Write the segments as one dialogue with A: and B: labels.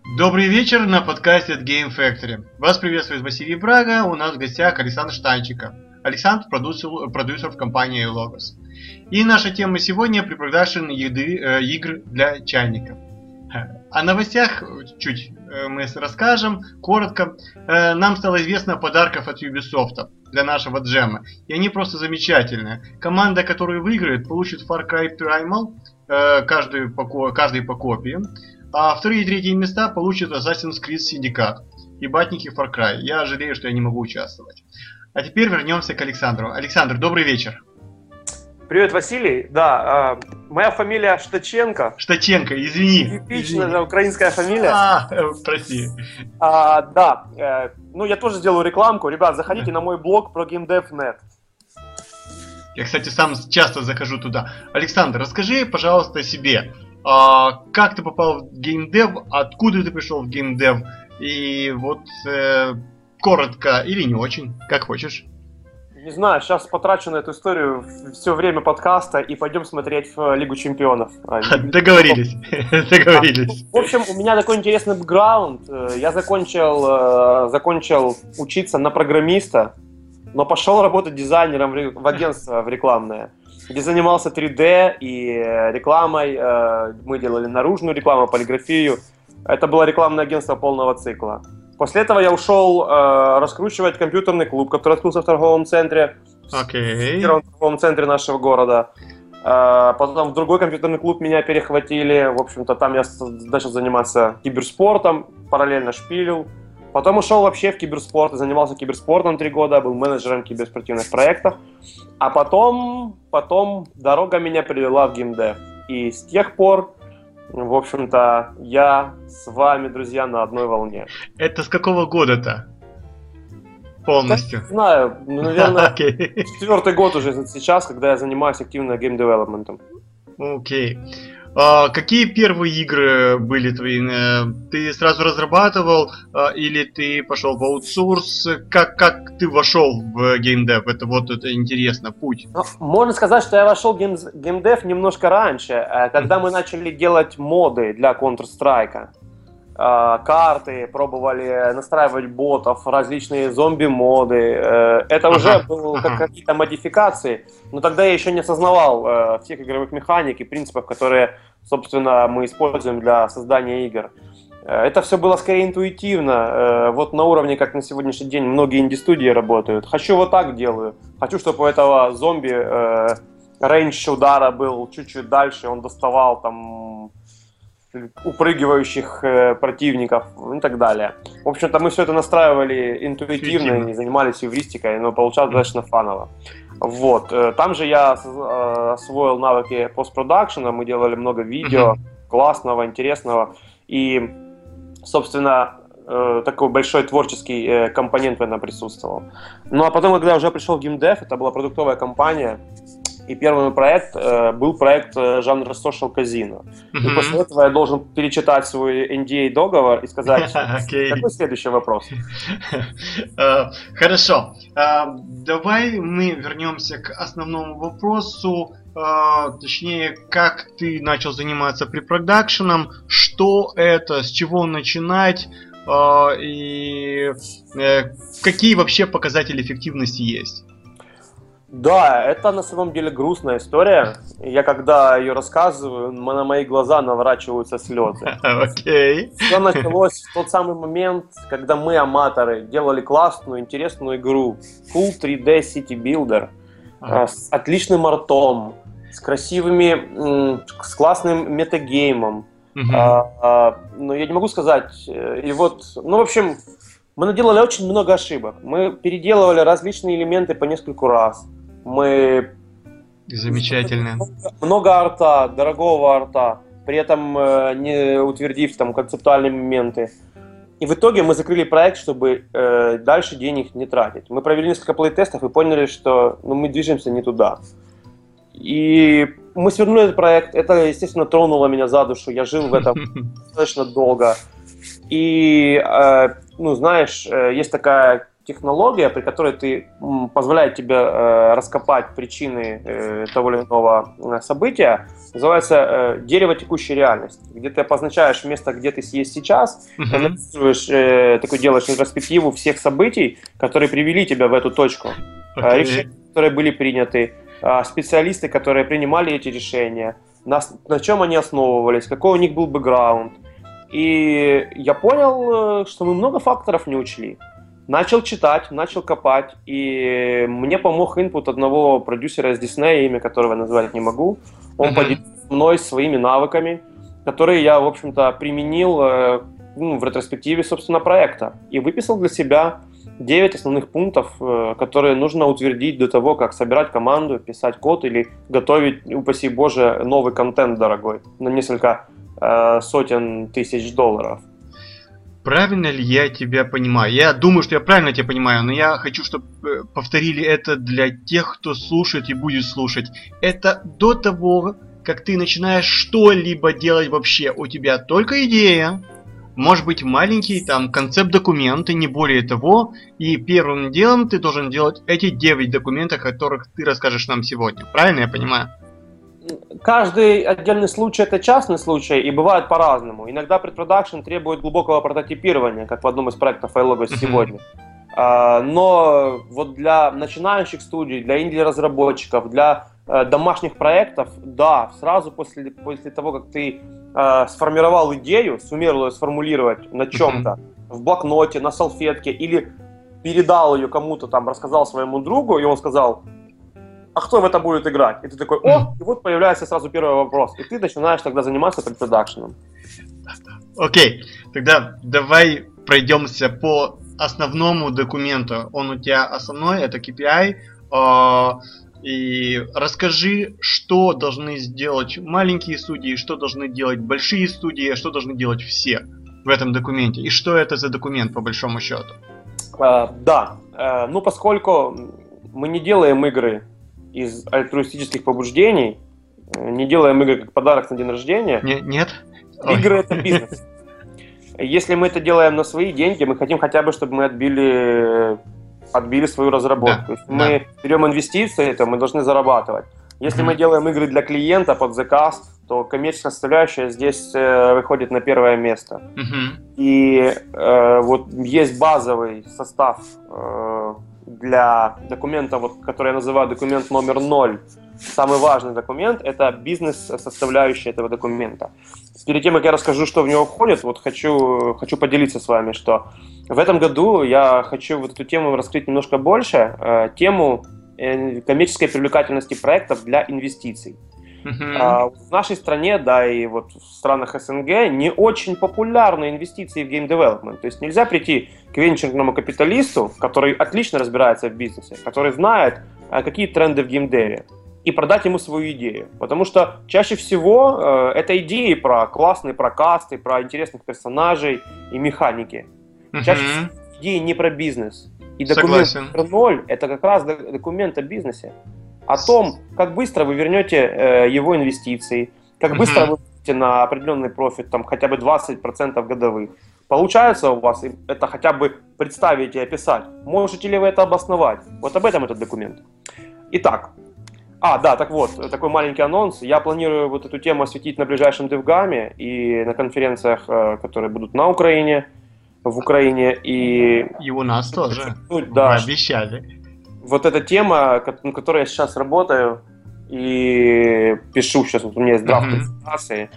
A: Добрый вечер на подкасте от Game Factory. Вас приветствует Василий Брага, у нас в гостях Александр Штанчиков. Александр – продюсер в компании Logos. И наша тема сегодня – препродакшн игр для чайников. О новостях чуть мы расскажем, коротко. Нам стало известно о подарках от Ubisoft для нашего джема. И они просто замечательные. Команда, которая выиграет, получит Far Cry Primal, каждый по копии. А вторые и третьи места получат Assassin's Creed Syndicate и батники Far Cry. Я жалею, что я не могу участвовать. А теперь вернемся к Александру. Александр, добрый вечер.
B: Привет, Василий. Да, моя фамилия Штаченко.
A: Штаченко, извини.
B: Типичная же украинская фамилия.
A: Прости.
B: Я тоже сделаю рекламку. Ребят, заходите на мой блог про GameDev.net.
A: Я, кстати, сам часто захожу туда. Александр, расскажи, пожалуйста, о себе. Как ты попал в геймдев, откуда ты пришел в геймдев, и вот коротко или не очень, как хочешь.
B: Не знаю, сейчас потрачу на эту историю все время подкаста и пойдем смотреть в Лигу Чемпионов.
A: Договорились.
B: В общем, у меня такой интересный бэкграунд. Я закончил учиться на программиста, но пошел работать дизайнером в агентство в рекламное, где занимался 3D и рекламой. Мы делали наружную рекламу, полиграфию. Это было рекламное агентство полного цикла. После этого я ушел раскручивать компьютерный клуб, который открылся в торговом центре. В торговом центре нашего города. Потом в другой компьютерный клуб меня перехватили. В общем-то, там я начал заниматься киберспортом, параллельно шпилил. Потом ушел вообще в киберспорт и занимался киберспортом 3 года, был менеджером киберспортивных проектов. А потом дорога меня привела в геймдев. И с тех пор, в общем-то, я с вами, друзья, на одной волне.
A: Это с какого года-то? Полностью?
B: Не знаю, наверное, 4-й год уже сейчас, когда я занимаюсь активно геймдевелопментом.
A: Окей. Какие первые игры были твои? Ты сразу разрабатывал или ты пошел в аутсорс? Как ты вошел в геймдев? Это интересно, путь.
B: Можно сказать, что я вошел в геймдев немножко раньше, когда мы начали делать моды для Counter-Strike. Карты, пробовали настраивать ботов, различные зомби-моды. Это уже были какие-то модификации, но тогда я еще не осознавал всех игровых механик и принципов, которые, собственно, мы используем для создания игр. Это все было скорее интуитивно, вот на уровне, как на сегодняшний день многие инди-студии работают. Хочу вот так делаю, хочу, чтобы у этого зомби рейндж удара был чуть-чуть дальше, он доставал там упрыгивающих противников и так далее. В общем-то, мы все это настраивали интуитивно и занимались эвристикой, но получалось достаточно фаново. Вот. Там же я освоил навыки постпродакшена, мы делали много видео, классного, интересного, и, собственно, такой большой творческий компонент в этом присутствовал. Ну а потом, когда я уже пришел в геймдев, это была продуктовая компания, и первый мой проект был проект жанра Social Casino. И после этого я должен перечитать свой NDA-договор и сказать, какой следующий вопрос?
A: Хорошо. Давай мы вернемся к основному вопросу. Точнее, как ты начал заниматься препродакшеном, что это, с чего начинать, и какие вообще показатели эффективности есть?
B: Да, это на самом деле грустная история. Я когда ее рассказываю, на мои глаза наворачиваются слезы.
A: Окей.
B: Все началось в тот самый момент, когда мы, аматоры, делали классную, интересную игру. Full 3D City Builder. С отличным артом, с красивыми, с классным метагеймом. Но я не могу сказать. В общем, мы наделали очень много ошибок. Мы переделывали различные элементы по нескольку раз. Мы...
A: Замечательно.
B: Много арта, дорогого арта, при этом не утвердив там концептуальные моменты. И в итоге мы закрыли проект, чтобы дальше денег не тратить. Мы провели несколько плей-тестов и поняли, что мы движемся не туда. И мы свернули этот проект. Это, естественно, тронуло меня за душу. Я жил в этом достаточно долго. И, знаешь, есть такая технология, при которой ты позволяет тебе раскопать причины того или иного события, называется дерево текущей реальности, где ты обозначаешь место, где ты есть сейчас, анализируешь, такой делаешь ретроспективу всех событий, которые привели тебя в эту точку, решения, которые были приняты, специалисты, которые принимали эти решения, на чем они основывались, какой у них был бэкграунд. И я понял, что мы много факторов не учли. Начал читать, начал копать, и мне помог инпут одного продюсера из Disney, имя которого я назвать не могу. Он поделился со мной своими навыками, которые я, в общем-то, применил в ретроспективе, собственно, проекта. И выписал для себя 9 основных пунктов, которые нужно утвердить до того, как собирать команду, писать код или готовить, упаси Боже, новый контент дорогой на несколько сотен тысяч долларов.
A: Правильно ли я тебя понимаю? Я думаю, что я правильно тебя понимаю, но я хочу, чтобы повторили это для тех, кто слушает и будет слушать. Это до того, как ты начинаешь что-либо делать вообще. У тебя только идея, может быть маленький там концепт-документ и не более того. И первым делом ты должен делать эти 9 документов, о которых ты расскажешь нам сегодня. Правильно я понимаю?
B: Каждый отдельный случай – это частный случай, и бывает по-разному. Иногда предпродакшн требует глубокого прототипирования, как в одном из проектов iLogos сегодня. Но вот для начинающих студий, для инди-разработчиков, для домашних проектов, да, сразу после того, как ты сформировал идею, сумел ее сформулировать на чем-то, в блокноте, на салфетке, или передал ее кому-то, там, рассказал своему другу, и он сказал: а кто в это будет играть? И ты такой: о, и вот появляется сразу первый вопрос. И ты начинаешь тогда заниматься предпродакшеном.
A: Окей, тогда давай пройдемся по основному документу. Он у тебя основной, это KPI. И расскажи, что должны сделать маленькие студии, что должны делать большие студии, что должны делать все в этом документе. И что это за документ, по большому счету?
B: Да, ну поскольку мы не делаем игры из альтруистических побуждений, не делаем игры как подарок на день рождения.
A: Нет?
B: Игры — это бизнес. Если мы это делаем на свои деньги, мы хотим хотя бы, чтобы мы отбили свою разработку. Если мы берем инвестиции, то мы должны зарабатывать. Если мы делаем игры для клиента под заказ, то коммерческая составляющая здесь выходит на первое место. И вот есть базовый состав для документа, вот, который я называю документ номер 0. Самый важный документ – это бизнес-составляющая этого документа. Перед тем, как я расскажу, что в него входит, вот хочу поделиться с вами, что в этом году я хочу вот эту тему раскрыть немножко больше, тему коммерческой привлекательности проектов для инвестиций. В нашей стране, да и вот в странах СНГ, не очень популярны инвестиции в гейм-девелопмент. То есть нельзя прийти к венчурному капиталисту, который отлично разбирается в бизнесе, который знает, какие тренды в геймдеве, и продать ему свою идею. Потому что чаще всего это идеи про классные прокасты, про интересных персонажей и механики. Чаще всего идеи не про бизнес. И документ номер 0 – это как раз документ о бизнесе. О том, как быстро вы вернете его инвестиции, как быстро вы выйдете на определенный профит, там хотя бы 20% годовых. Получается у вас это хотя бы представить и описать? Можете ли вы это обосновать? Вот об этом этот документ. Итак, так вот, такой маленький анонс. Я планирую вот эту тему осветить на ближайшем DevGam'е и на конференциях, которые будут на Украине, в Украине и
A: у нас тоже.
B: Да,
A: вы обещали.
B: Вот эта тема, на которой я сейчас работаю и пишу, сейчас вот у меня есть драфт презентации.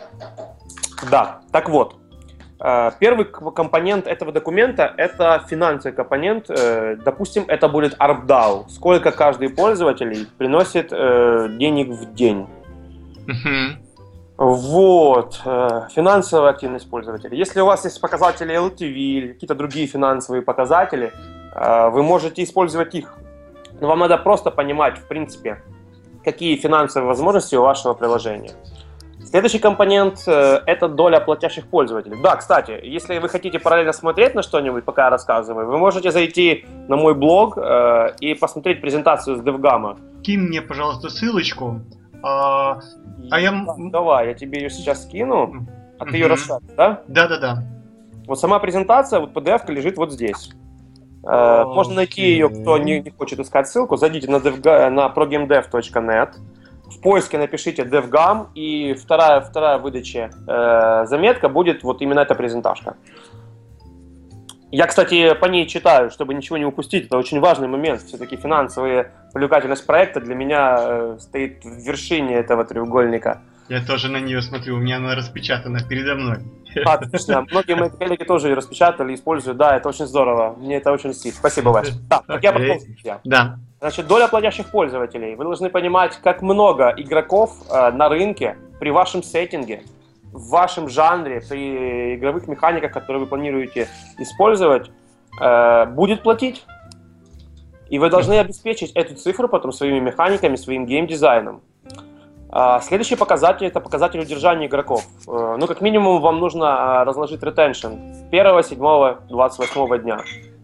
B: Да, так вот. Первый компонент этого документа – это финансовый компонент. Допустим, это будет ARPDAO. Сколько каждый пользователь приносит денег в день. Вот. Финансовая активность пользователя. Если у вас есть показатели LTV или какие-то другие финансовые показатели, вы можете использовать их. Но вам надо просто понимать, в принципе, какие финансовые возможности у вашего приложения. Следующий компонент – это доля платящих пользователей. Да, кстати, если вы хотите параллельно смотреть на что-нибудь, пока я рассказываю, вы можете зайти на мой блог и посмотреть презентацию с DevGam'а.
A: Кинь мне, пожалуйста, ссылочку.
B: Давай, я тебе ее сейчас скину, ты ее расскажешь, да?
A: Да.
B: Вот сама презентация, вот PDF-ка лежит вот здесь. Можно найти ее, кто не хочет искать ссылку. Зайдите на progamedev.net. В поиске напишите DevGam, и вторая выдача заметка будет вот именно эта презентажка. Я, кстати, по ней читаю, чтобы ничего не упустить. Это очень важный момент. Все-таки финансовая привлекательность проекта для меня стоит в вершине этого треугольника.
A: Я тоже на нее смотрю, у меня она распечатана передо мной.
B: Отлично. Многие мои коллеги тоже ее распечатали, используют. Да, это очень здорово. Мне это очень стиль. Спасибо, Вась. Да, так я продолжу.
A: Да.
B: Значит, доля платящих пользователей. Вы должны понимать, как много игроков на рынке при вашем сеттинге, в вашем жанре, при игровых механиках, которые вы планируете использовать, будет платить. И вы должны обеспечить эту цифру потом своими механиками, своим геймдизайном. Следующий показатель – это показатель удержания игроков. Ну, как минимум, вам нужно разложить ретеншн 1, 7, 28 дня.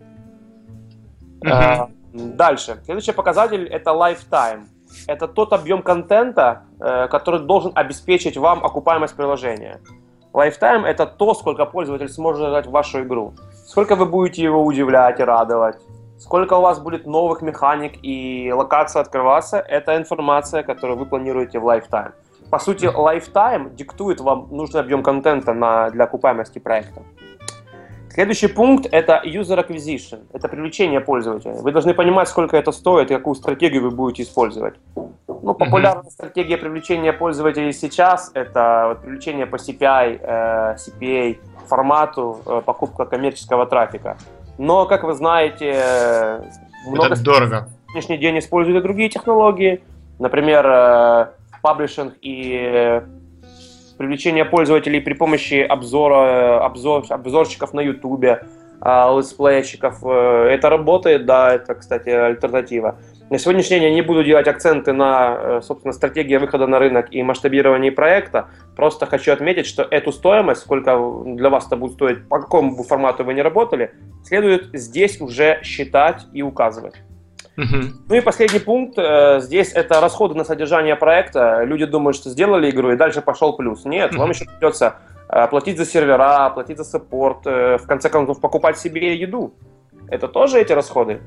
B: Дальше. Следующий показатель – это lifetime. Это тот объем контента, который должен обеспечить вам окупаемость приложения. Lifetime – это то, сколько пользователь сможет играть в вашу игру. Сколько вы будете его удивлять и радовать. Сколько у вас будет новых механик и локаций открываться, это информация, которую вы планируете в Lifetime. По сути, Lifetime диктует вам нужный объем контента для окупаемости проекта. Следующий пункт – это User Acquisition. Это привлечение пользователя. Вы должны понимать, сколько это стоит и какую стратегию вы будете использовать. Ну, популярная стратегия привлечения пользователей сейчас – это привлечение по CPI, CPA формату, покупка коммерческого трафика. Но, как вы знаете, много
A: дорого.
B: На сегодняшний день используют и другие технологии. Например, паблишинг и привлечение пользователей при помощи обзорщиков на YouTube, летсплейщиков. Это работает, да, это, кстати, альтернатива. На сегодняшний день я не буду делать акценты на, собственно, стратегии выхода на рынок и масштабирование проекта. Просто хочу отметить, что эту стоимость, сколько для вас это будет стоить, по какому бы формату вы не работали, следует здесь уже считать и указывать. Ну и последний пункт. Здесь это расходы на содержание проекта. Люди думают, что сделали игру и дальше пошел плюс. Нет, вам еще придется платить за сервера, платить за саппорт, в конце концов покупать себе еду. Это тоже эти расходы.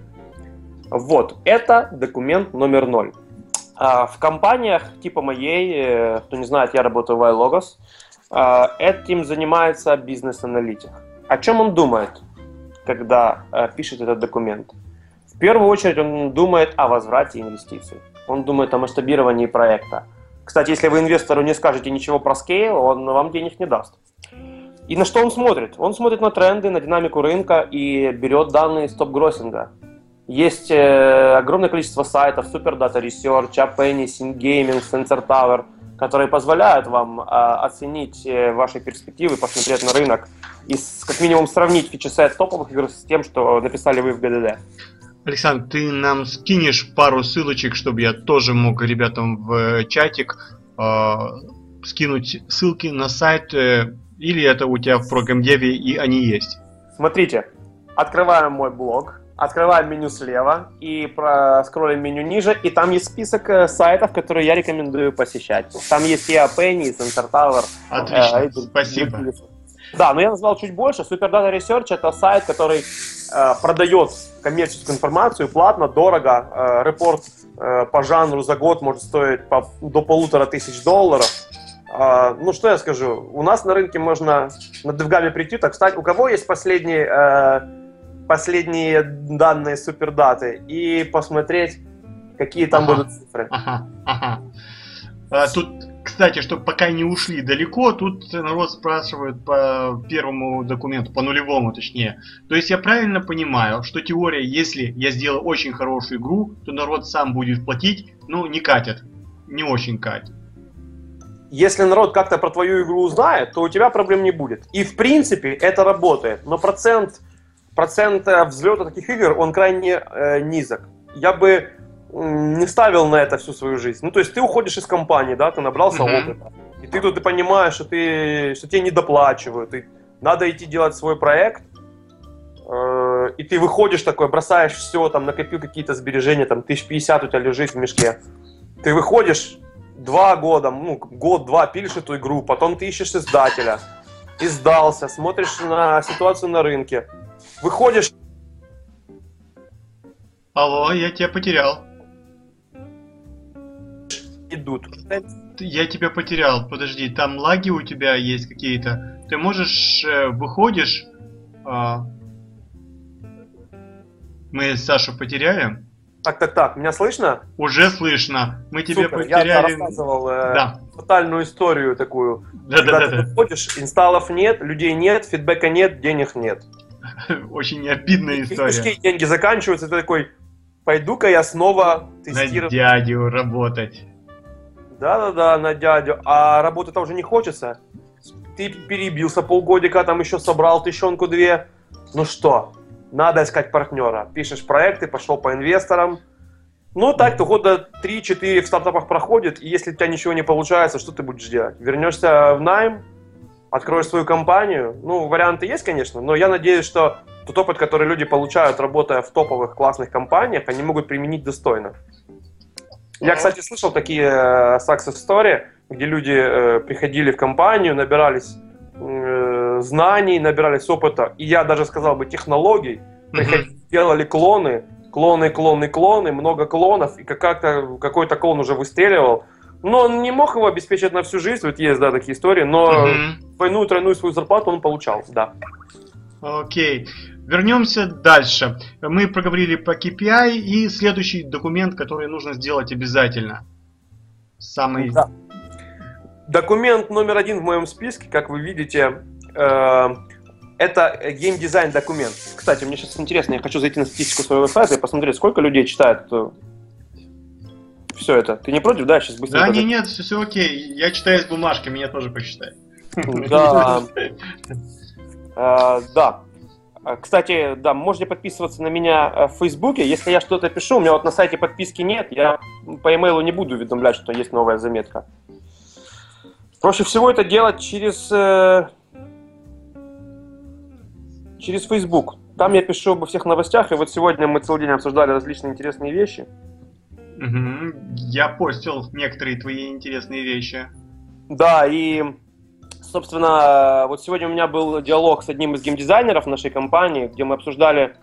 B: Вот, это документ номер 0. В компаниях типа моей, кто не знает, я работаю в iLogos, этим занимается бизнес-аналитик. О чем он думает, когда пишет этот документ? В первую очередь он думает о возврате инвестиций. Он думает о масштабировании проекта. Кстати, если вы инвестору не скажете ничего про скейл, он вам денег не даст. И на что он смотрит? Он смотрит на тренды, на динамику рынка и берет данные из топ-гроссинга. Есть огромное количество сайтов, Super Data Research, Appenny, SynGaming, Sensor Tower, которые позволяют вам оценить ваши перспективы, посмотреть на рынок и как минимум сравнить фичесет топовых игр с тем, что написали вы в GDD.
A: Александр, ты нам скинешь пару ссылочек, чтобы я тоже мог ребятам в чатик скинуть ссылки на сайт, или это у тебя в ProGameDev и они есть?
B: Смотрите, открываем мой блог, открываем меню слева и проскроллим меню ниже, и там есть список сайтов, которые я рекомендую посещать. Там есть и Appenny, и Sensor Tower.
A: Отлично, спасибо.
B: Да, но я назвал чуть больше. Super Data Research — это сайт, который продает коммерческую информацию платно, дорого. Репорт по жанру за год может стоить до $1500. Ну, что я скажу? У нас на рынке можно на DevGam прийти. Так, кстати, у кого есть последние данные супердаты и посмотреть, какие там будут цифры.
A: Тут, кстати, чтобы пока не ушли далеко, тут народ спрашивает по первому документу, по нулевому точнее. То есть я правильно понимаю, что теория, если я сделаю очень хорошую игру, то народ сам будет платить, ну, не катит, не очень катит.
B: Если народ как-то про твою игру узнает, то у тебя проблем не будет. И в принципе это работает, но процент взлета таких игр, он крайне низок. Я бы не ставил на это всю свою жизнь. Ну, то есть ты уходишь из компании, да, ты набрался опыта, и ты тут понимаешь, что тебе не доплачивают, и надо идти делать свой проект, и ты выходишь такой, бросаешь все, там, накопил какие-то сбережения, там, 1050 у тебя лежит в мешке. Ты выходишь 2 года, ну, год-два пилишь эту игру, потом ты ищешь издателя, издался, смотришь на ситуацию на рынке, выходишь
A: Алло, я тебя потерял.
B: Идут.
A: Я тебя потерял. Подожди, там лаги у тебя есть какие-то. Ты можешь, выходишь... Мы Сашу потеряли?
B: Так, меня слышно?
A: Уже слышно. Мы тебя
B: Супер,
A: потеряли.
B: я рассказывал
A: Да.
B: тотальную историю такую. Когда ты
A: Да.
B: выходишь, инсталлов нет, людей нет, фидбэка нет, денег нет.
A: Очень обидная история.
B: Деньги заканчиваются, ты такой, пойду-ка я снова
A: На
B: тестировать.
A: дядю работать.
B: Да, на дядю. А работать-то уже не хочется. Ты перебился полгодика, там еще собрал тысячонку-две. Ну что, надо искать партнера. Пишешь проекты, пошел по инвесторам. Ну так-то года 3-4 в стартапах проходит, и если у тебя ничего не получается, что ты будешь делать? Вернешься в найм, откроешь свою компанию? Ну, варианты есть, конечно, но я надеюсь, что тот опыт, который люди получают, работая в топовых классных компаниях, они могут применить достойно. Я, кстати, слышал такие success story, где люди приходили в компанию, набирались знаний, набирались опыта, и я даже сказал бы технологий, делали клоны, много клонов, и какой-то клон уже выстреливал. Но он не мог его обеспечить на всю жизнь, вот есть, да, такие истории, но двойную, тройную свою зарплату он получал, да.
A: Окей. Вернемся дальше. Мы проговорили по KPI, и следующий документ, который нужно сделать обязательно. Самый...
B: Да. Документ номер 1 в моем списке, как вы видите, это геймдизайн документ. Кстати, мне сейчас интересно, я хочу зайти на статистику своего сайта и посмотреть, сколько людей читает все это. Ты не против, да? Сейчас быстро.
A: Да, нет, все окей. Я читаю с бумажки, меня тоже посчитай.
B: Да. Да. Кстати, да, можете подписываться на меня в Фейсбуке. Если я что-то пишу, у меня вот на сайте подписки нет, я по имейлу не буду уведомлять, что есть новая заметка. Проще всего это делать через Facebook. Там я пишу обо всех новостях, и вот сегодня мы целый день обсуждали различные интересные вещи.
A: Я постил некоторые твои интересные вещи.
B: Да, и, собственно, вот сегодня у меня был диалог с одним из геймдизайнеров нашей компании, где мы обсуждали,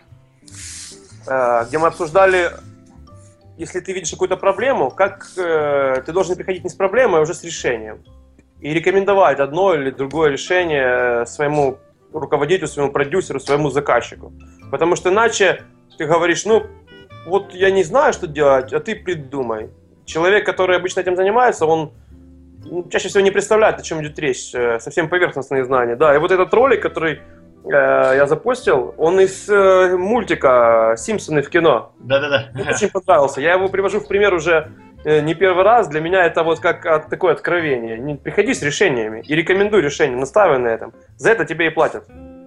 B: если ты видишь какую-то проблему, как ты должен приходить не с проблемой, а уже с решением. И рекомендовать одно или другое решение своему руководителю, своему продюсеру, своему заказчику. Потому что иначе ты говоришь, ну, вот я не знаю, что делать, а ты придумай. Человек, который обычно этим занимается, он чаще всего не представляет, о чем идет речь, совсем поверхностные знания. Да, и вот этот ролик, который я запостил, он из мультика «Симпсоны в кино».
A: Да.
B: Мне очень понравился. Я его привожу в пример уже не первый раз. Для меня это вот как такое откровение. Не приходи с решениями и рекомендуй решение, настаивай на этом. За это тебе и платят.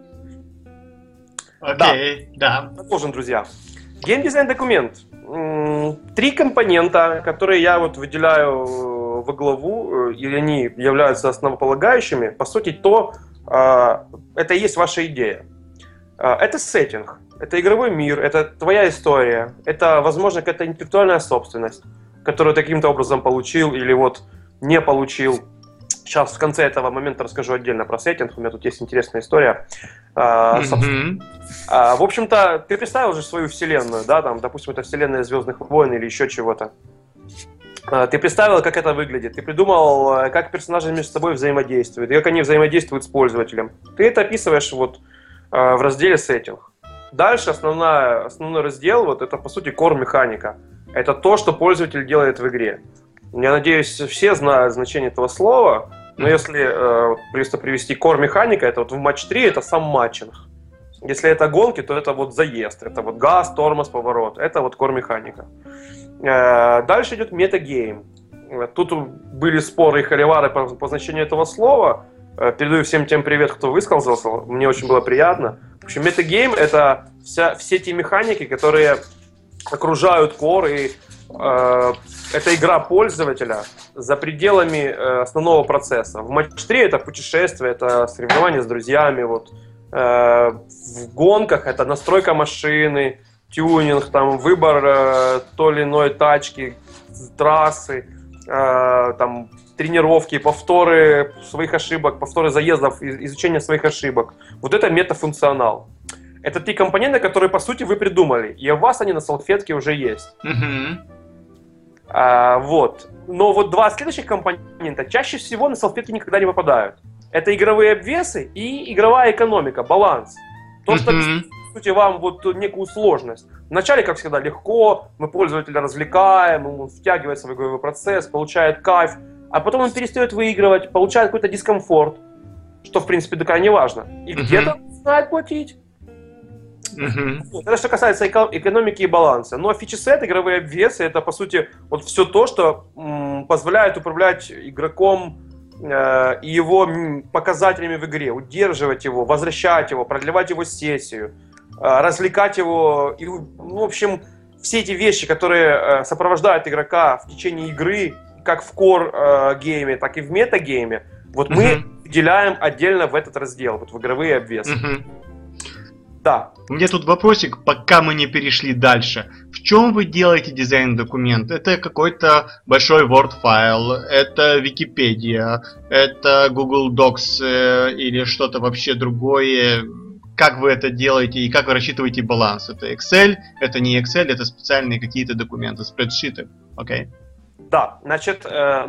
A: Окей, да.
B: Продолжим, друзья. Геймдизайн документ. 3 компонента, которые я вот выделяю во главу, и они являются основополагающими. По сути, это и есть ваша идея. Это сеттинг, это игровой мир, это твоя история, это, возможно, какая-то интеллектуальная собственность, которую ты каким-то образом получил или вот не получил. Сейчас в конце этого момента расскажу отдельно про сеттинг, у меня тут есть интересная история. В общем-то, ты представил же свою вселенную, да, там, допустим, это вселенная Звездных войн или еще чего-то. Ты представил, как это выглядит, ты придумал, как персонажи между собой взаимодействуют, и как они взаимодействуют с пользователем. Ты это описываешь вот в разделе сеттинг. Дальше основной раздел, вот это по сути core механика. Это то, что пользователь делает в игре. Я надеюсь, все знают значение этого слова, но если просто привести core механика, это вот в матч 3 это сам матчинг. Если это гонки, то это вот заезд, это вот газ, тормоз, поворот, это вот core механика. Дальше идет метагейм. Тут были споры и холивары по значению этого слова. Передаю всем тем привет, кто высказался, мне очень было приятно. В общем, метагейм это все те механики, которые окружают core, и это игра пользователя за пределами основного процесса. В матч 3 это путешествие, это соревнования с друзьями, вот. В гонках это настройка машины, тюнинг, там, выбор той или иной тачки, трассы, там, тренировки, повторы своих ошибок, повторы заездов, изучение своих ошибок. Вот это метафункционал. Это те компоненты, которые, по сути, вы придумали, и у вас они на салфетке уже есть. Вот. Но вот два следующих компонента чаще всего на салфетке никогда не попадают. Это игровые обвесы и игровая экономика, баланс. То, что обеспечит, по сути, вам вот некую сложность. Вначале, как всегда, легко, мы пользователя развлекаем, он втягивается в игровой процесс, получает кайф, а потом он перестает выигрывать, получает какой-то дискомфорт, что, в принципе, такая не важно. И где-то знает платить. Это что касается экономики и баланса. Но фичи-сет, игровые обвесы, это, по сути, вот все то, что позволяет управлять игроком и его показателями в игре, удерживать его, возвращать его, продлевать его сессию, развлекать его. И, в общем, все эти вещи, которые сопровождают игрока в течение игры, как в core-гейме, так и в мета-гейме, вот мы выделяем отдельно в этот раздел, вот в игровые обвесы. Да.
A: У меня тут вопросик, пока мы не перешли дальше. В чем вы делаете дизайн-документ? Это какой-то большой Word-файл, это Википедия, это Google Docs или что-то вообще другое? Как вы это делаете и как вы рассчитываете баланс? Это Excel, это не Excel, это специальные какие-то документы, спредшиты. Окей.
B: Да, значит,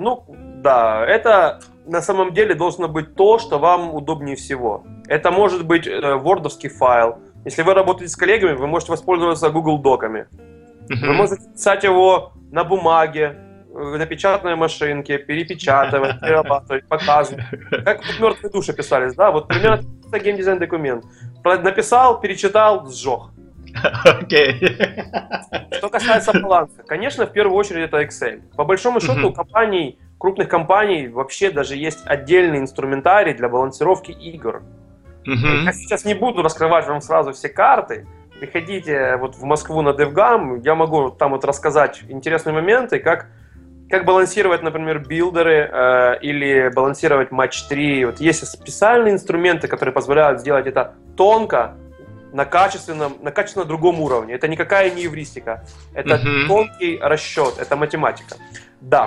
B: это на самом деле должно быть то, что вам удобнее всего. Это может быть вордовский файл. Если вы работаете с коллегами, вы можете воспользоваться Google Доками. Вы можете писать его на бумаге, на печатной машинке, перепечатывать, перерабатывать, показывать. Как вот мертвые души писались, да? Вот примерно геймдизайн документ. Написал, перечитал, сжег.
A: Окей.
B: Что касается баланса, конечно, в первую очередь это Excel. По большому счету, у компаний, крупных компаний вообще даже есть отдельный инструментарий для балансировки игр. Я сейчас не буду раскрывать вам сразу все карты. Приходите вот в Москву на DevGam, я могу там вот рассказать интересные моменты, как балансировать, например, билдеры или балансировать матч 3. Вот есть специальные инструменты, которые позволяют сделать это тонко, на качественно другом уровне. Это никакая не эвристика. Это тонкий расчет, это математика. Да.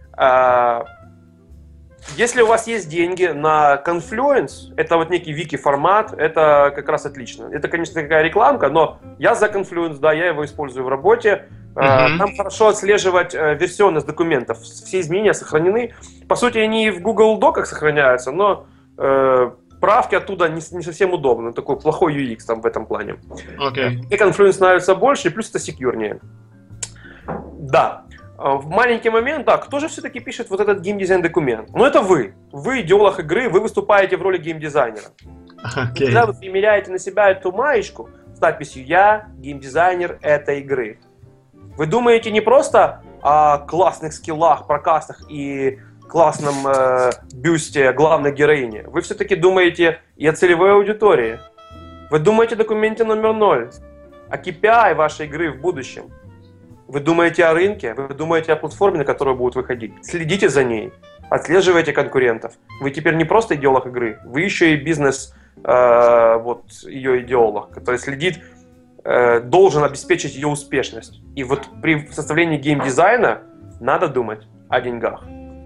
B: Если у вас есть деньги на Confluence, это вот некий вики-формат, это как раз отлично. Это, конечно, такая рекламка, но я за Confluence, да, я его использую в работе. Там хорошо отслеживать версионность документов. Все изменения сохранены. По сути, они в Google Доках сохраняются, но правки оттуда не совсем удобно. Такой плохой UX там в этом плане. И Confluence нравится больше, и плюс это секьюрнее. Да. В маленький момент, да, кто же все-таки пишет вот этот геймдизайн документ? Ну, это вы. Вы идеолог игры, вы выступаете в роли геймдизайнера. Когда вы примеряете на себя эту маечку с надписью «Я геймдизайнер этой игры», вы думаете не просто о классных скиллах, прокастах и классном бюсте главной героини. Вы все-таки думаете и о целевой аудитории. Вы думаете о документе номер 0, о KPI вашей игры в будущем. Вы думаете о рынке, вы думаете о платформе, на которую будут выходить. Следите за ней, отслеживайте конкурентов. Вы теперь не просто идеолог игры, вы еще и бизнес, вот ее идеолог, который следит, должен обеспечить ее успешность. И вот при составлении геймдизайна надо думать о деньгах.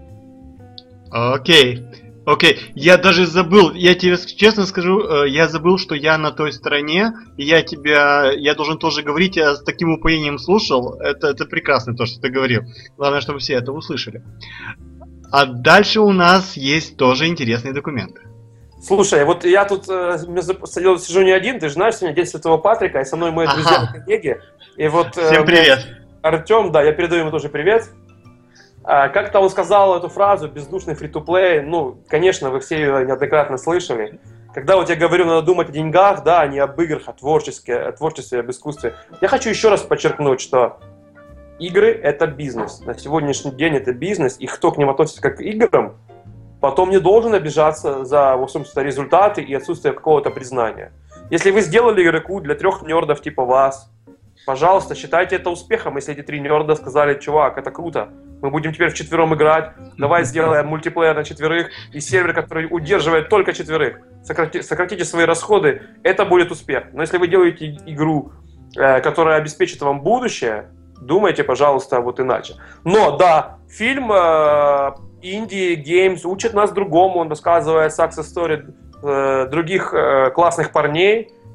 A: Окей. Я даже забыл, я тебе честно скажу, я забыл, что я на той стороне, и я должен тоже говорить, я с таким упоением слушал, это прекрасно то, что ты говорил. Главное, чтобы все это услышали. А дальше у нас есть тоже интересные документы.
B: Слушай, вот я тут сижу не один, ты же знаешь, сегодня День Святого Патрика, и со мной мои друзья и коллеги. И вот,
A: всем привет.
B: Артем, да, я передаю ему тоже привет. Как-то он сказал эту фразу «бездушный фри-то-плей», ну, конечно, вы все ее неоднократно слышали. Когда вот я говорю, надо думать о деньгах, да, а не об играх, о творчестве, об искусстве. Я хочу еще раз подчеркнуть, что игры – это бизнес. На сегодняшний день это бизнес, и кто к ним относится как к играм, потом не должен обижаться за, в общем-то, результаты и отсутствие какого-то признания. Если вы сделали игроку для 3 нердов типа вас, пожалуйста, считайте это успехом, если эти 3 нерда сказали: чувак, это круто, мы будем теперь вчетвером играть, давай сделаем мультиплеер на 4 и сервер, который удерживает только 4. Сократите свои расходы, это будет успех. Но если вы делаете игру, которая обеспечит вам будущее, думайте, пожалуйста, вот иначе. Но да, фильм Indie Games учит нас другому, он рассказывает success story других классных парней,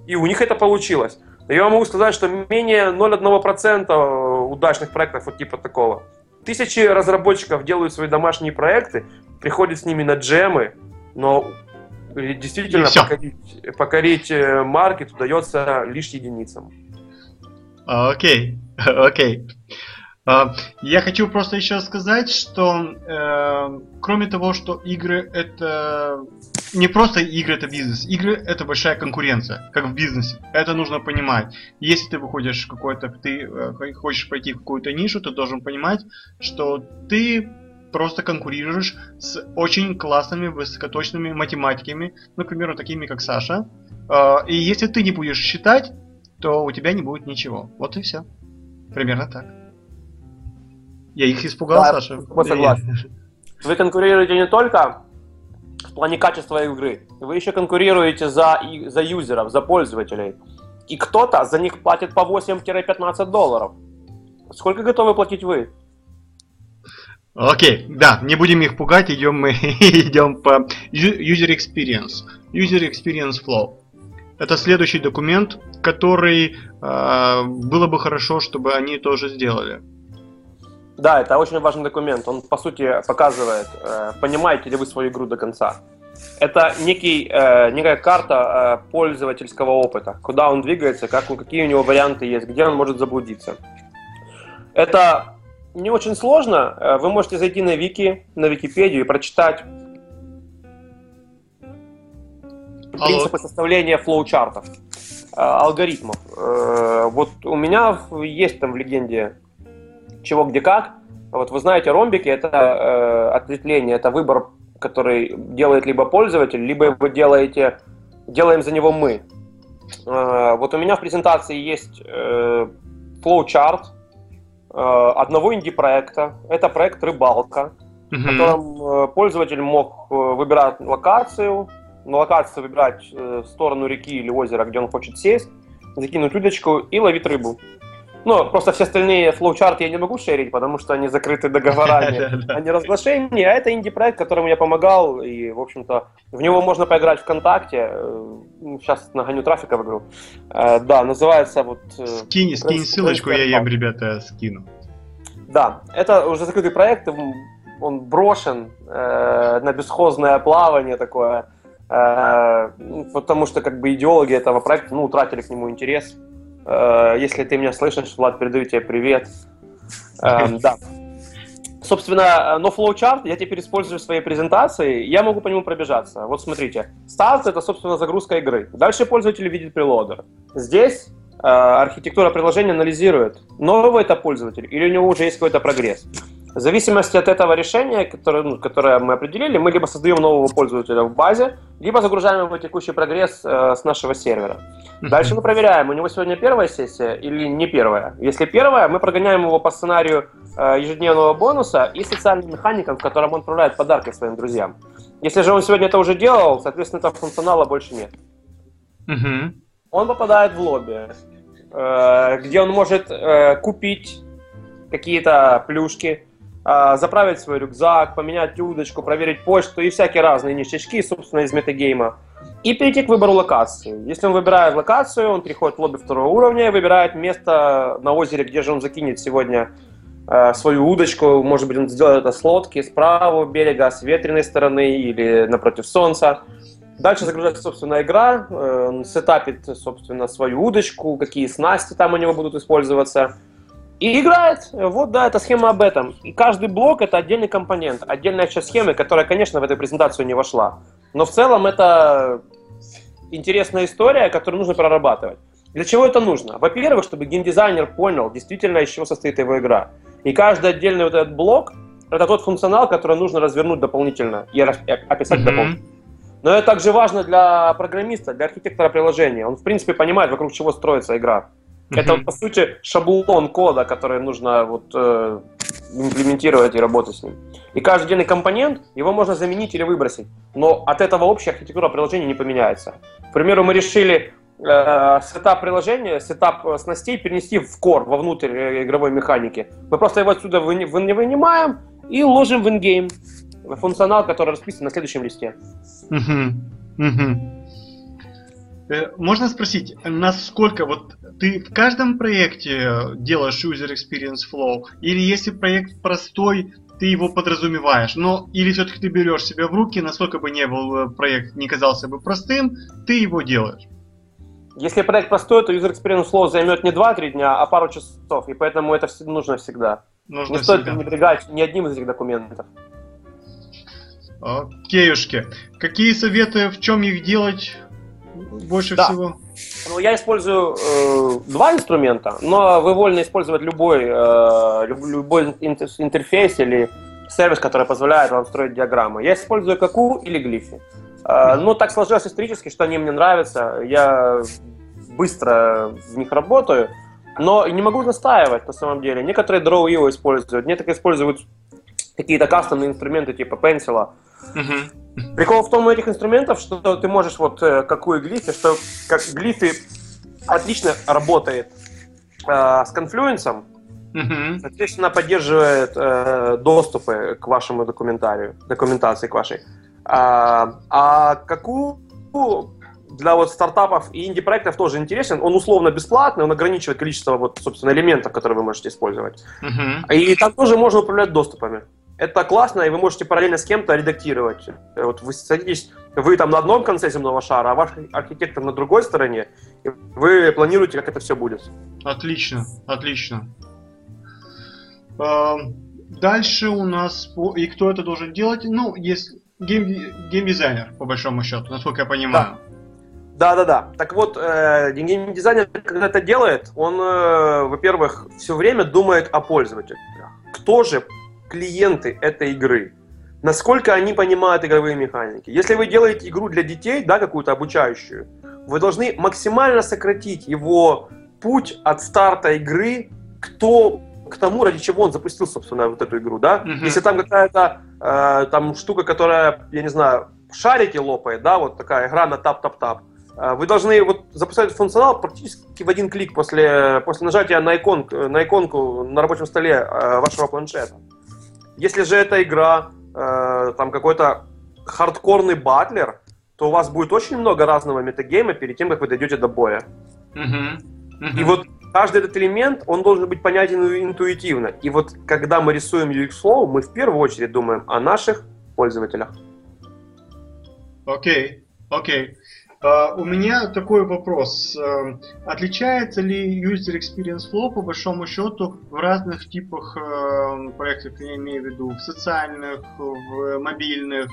B: И у них это получилось. Я могу сказать, что менее 0,1% удачных проектов вот типа такого. Тысячи разработчиков делают свои домашние проекты, приходят с ними на джемы, но действительно покорить маркет удается лишь единицам.
A: Окей, окей. Я хочу просто еще сказать, что кроме того, что игры это не просто игры, это бизнес. Игры это большая конкуренция, как в бизнесе. Это нужно понимать. Если ты выходишь в какой-то, ты хочешь пойти в какую-то нишу, ты должен понимать, что ты просто конкурируешь с очень классными, высокоточными математиками, например, такими как Саша. И если ты не будешь считать, то у тебя не будет ничего. Вот и все. Примерно так. Я их испугал, да, Саша.
B: Я согласен. Вы конкурируете не только в плане качества игры, вы еще конкурируете за юзеров, за пользователей. И кто-то за них платит по $8-15. Сколько готовы платить вы?
A: Окей, да, не будем их пугать, идем по User Experience. User Experience Flow. Это следующий документ, который было бы хорошо, чтобы они тоже сделали.
B: Да, это очень важный документ. Он, по сути, показывает, понимаете ли вы свою игру до конца. Это некая карта пользовательского опыта, куда он двигается, какие у него варианты есть, где он может заблудиться. Это не очень сложно. Вы можете зайти на Википедию и прочитать принципы составления флоучартов, алгоритмов. Вот у меня есть там в легенде чего, где, как. Вот вы знаете, ромбики — это ответвление, это выбор, который делает либо пользователь, либо его делаем за него мы. Вот у меня в презентации есть флоучарт одного инди-проекта. Это проект «Рыбалка», в котором пользователь мог выбирать локацию, на локацию выбирать сторону реки или озера, где он хочет сесть, закинуть удочку и ловить рыбу. Ну, просто все остальные флоучарты я не могу шерить, потому что они закрыты договорами, а не разглашениями. А это инди-проект, которому я помогал, и, в общем-то, в него можно поиграть ВКонтакте. Сейчас нагоню трафика в игру. Да, называется вот...
A: Скинь ссылочку, я им, ребята, скину.
B: Да, это уже закрытый проект, он брошен на бесхозное плавание такое, потому что как бы идеологи этого проекта утратили к нему интерес. Если ты меня слышишь, Влад, передаю тебе привет. Да. Собственно, но флоучарт я теперь использую в своей презентации, я могу по нему пробежаться. Вот смотрите, старт — это, собственно, загрузка игры. Дальше пользователь видит прелодер. Здесь архитектура приложения анализирует, новый это пользователь или у него уже есть какой-то прогресс. В зависимости от этого решения, которое мы определили, мы либо создаем нового пользователя в базе, либо загружаем его текущий прогресс с нашего сервера. Дальше мы проверяем, у него сегодня первая сессия или не первая. Если первая, мы прогоняем его по сценарию ежедневного бонуса и социальным механикам, в котором он отправляет подарки своим друзьям. Если же он сегодня это уже делал, соответственно, этого функционала больше нет. Он попадает в лобби, где он может купить какие-то плюшки, заправить свой рюкзак, поменять удочку, проверить почту и всякие разные ништячки, собственно, из метагейма. И перейти к выбору локации. Если он выбирает локацию, он переходит в лобби второго уровня и выбирает место на озере, где же он закинет сегодня свою удочку. Может быть, он сделает это с лодки, с правого берега, с ветреной стороны или напротив солнца. Дальше загружается, собственно, игра, он сетапит, собственно, свою удочку, какие снасти там у него будут использоваться. И играет. Вот, да, это схема об этом. И каждый блок — это отдельный компонент, отдельная часть схемы, которая, конечно, в эту презентацию не вошла. Но в целом это интересная история, которую нужно прорабатывать. Для чего это нужно? Во-первых, чтобы геймдизайнер понял действительно, из чего состоит его игра. И каждый отдельный вот этот блок — это тот функционал, который нужно развернуть дополнительно и описать дополнительно. Но это также важно для программиста, для архитектора приложения. Он, в принципе, понимает, вокруг чего строится игра. Это, по сути, шаблон кода, который нужно имплементировать и работать с ним. И каждый отдельный компонент, его можно заменить или выбросить. Но от этого общая архитектура приложения не поменяется. К примеру, мы решили сетап приложения, сетап снастей перенести в core, вовнутрь игровой механики. Мы просто его отсюда вынимаем и ложим в ингейм. Функционал, который расписан на следующем листе.
A: Можно спросить, насколько вот ты в каждом проекте делаешь user experience flow, или если проект простой, ты его подразумеваешь, но или все-таки ты берешь себя в руки, насколько бы не был проект, не казался бы простым, ты его делаешь?
B: Если проект простой, то user experience flow займет не 2-3 дня, а пару часов, и поэтому это нужно всегда.
A: Нужно
B: не
A: всегда.
B: стоит пренебрегать ни одним из этих документов.
A: Окейушки. Какие советы, в чем их делать больше всего?
B: Ну, я использую два инструмента, но вы вольны использовать любой интерфейс или сервис, который позволяет вам строить диаграммы. Я использую Каку или Глифи. Ну, так сложилось исторически, что они мне нравятся. Я быстро в них работаю, но не могу настаивать на самом деле. Некоторые Draw.io используют, некоторые используют какие-то кастомные инструменты типа Pencil. Прикол в том у этих инструментов, что ты можешь вот какую глифи, что как глифи отлично работает с конфлюенсом, соответственно поддерживает доступы к вашему документации к вашей. А какую для вот стартапов и инди-проектов тоже интересен, он условно бесплатный, он ограничивает количество вот, собственно, элементов, которые вы можете использовать. И там тоже можно управлять доступами. Это классно, и вы можете параллельно с кем-то редактировать. Вот вы садитесь, вы там на одном конце земного шара, а ваш архитектор на другой стороне, и вы планируете, как это все будет.
A: Отлично, отлично. Дальше у нас, и кто это должен делать? Ну, есть геймдизайнер, по большому счету, насколько я понимаю.
B: Да. Так вот, геймдизайнер, когда это делает, он, во-первых, все время думает о пользователе. Кто же клиенты этой игры? Насколько они понимают игровые механики? Если вы делаете игру для детей, да, какую-то обучающую, вы должны максимально сократить его путь от старта игры к тому, ради чего он запустил, собственно, вот эту игру, да? Если там какая-то там штука, которая, я не знаю, шарики лопает, да, вот такая игра на тап-тап-тап, вы должны вот запускать этот функционал практически в один клик после нажатия на иконку на рабочем столе вашего планшета. Если же эта игра там какой-то хардкорный батлер, то у вас будет очень много разного метагейма перед тем, как вы дойдете до боя. И вот каждый этот элемент, он должен быть понятен интуитивно. И вот когда мы рисуем UX-Flow, мы в первую очередь думаем о наших пользователях.
A: Окей. У меня такой вопрос. Отличается ли User Experience Flow по большому счету в разных типах проектов, я имею в виду, в социальных, в мобильных,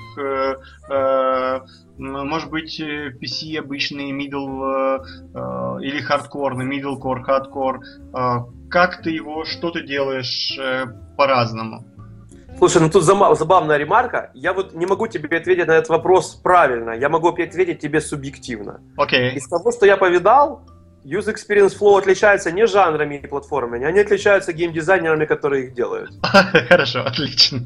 A: может быть, PC обычный, middle или хардкорный, middle core, hardcore. Как ты его, что ты делаешь по-разному?
B: Слушай, ну тут забавная ремарка. Я вот не могу тебе ответить на этот вопрос правильно. Я могу ответить тебе субъективно.
A: Okay.
B: Из того, что я повидал, User Experience Flow отличается не жанрами и платформами, они отличаются геймдизайнерами, которые их делают.
A: Хорошо, отлично.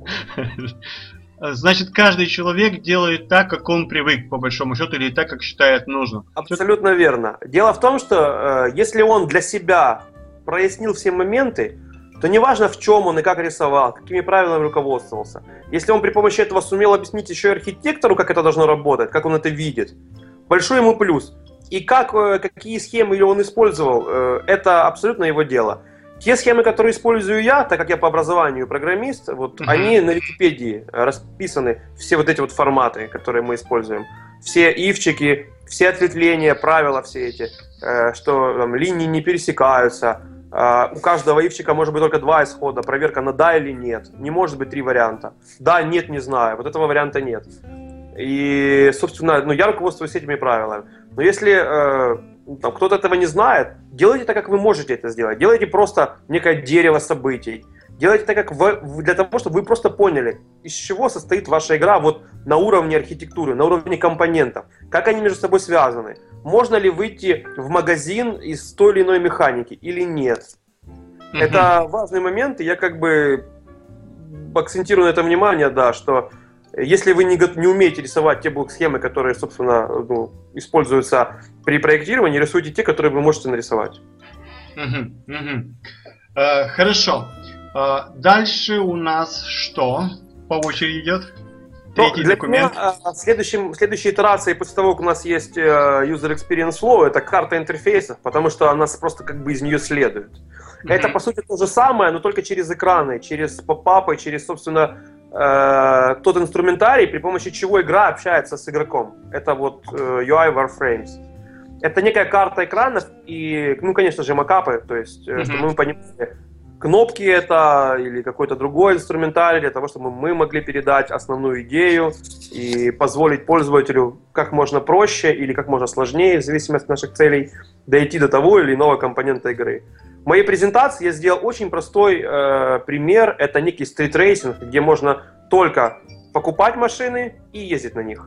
A: Значит, каждый человек делает так, как он привык, по большому счету, или так, как считает нужным.
B: Абсолютно верно. Дело в том, что если он для себя прояснил все моменты, то неважно, в чем он и как рисовал, какими правилами руководствовался. Если он при помощи этого сумел объяснить еще и архитектору, как это должно работать, как он это видит, большой ему плюс. И какие схемы он использовал, это абсолютно его дело. Те схемы, которые использую я, так как я по образованию программист, вот, они на Википедии расписаны, все вот эти вот форматы, которые мы используем. Все ивчики, все ответвления, правила все эти, что там, линии не пересекаются. У каждого ивчика может быть только 2 исхода, проверка на да или нет. Не может быть 3 варианта. Да, нет, не знаю. Вот этого варианта нет. И, собственно, я руководствуюсь этими правилами. Но если кто-то этого не знает, делайте так, как вы можете это сделать. Делайте просто некое дерево событий. Делайте так, как для того, чтобы вы просто поняли, из чего состоит ваша игра вот на уровне архитектуры, на уровне компонентов. Как они между собой связаны. Можно ли выйти в магазин из той или иной механики или нет. Это важный момент, и я как бы акцентирую на это внимание, да, что если вы не умеете рисовать те блок-схемы, которые, собственно, используются при проектировании, рисуйте те, которые вы можете нарисовать.
A: Хорошо. Дальше у нас что по очереди идет? Третий
B: для
A: документ.
B: меня следующей итерацией после того, как у нас есть User Experience Flow, это карта интерфейсов, потому что она просто как бы из нее следует. Это, по сути, то же самое, но только через экраны, через поп-апы, через, собственно, тот инструментарий, при помощи чего игра общается с игроком. Это вот UI Warframes. Это некая карта экранов и, ну, конечно же, макапы, то есть, чтобы мы понимали, кнопки это или какой-то другой инструментарий для того, чтобы мы могли передать основную идею и позволить пользователю как можно проще или как можно сложнее, в зависимости от наших целей, дойти до того или иного компонента игры. В моей презентации я сделал очень простой пример. Это некий стритрейсинг, где можно только покупать машины и ездить на них.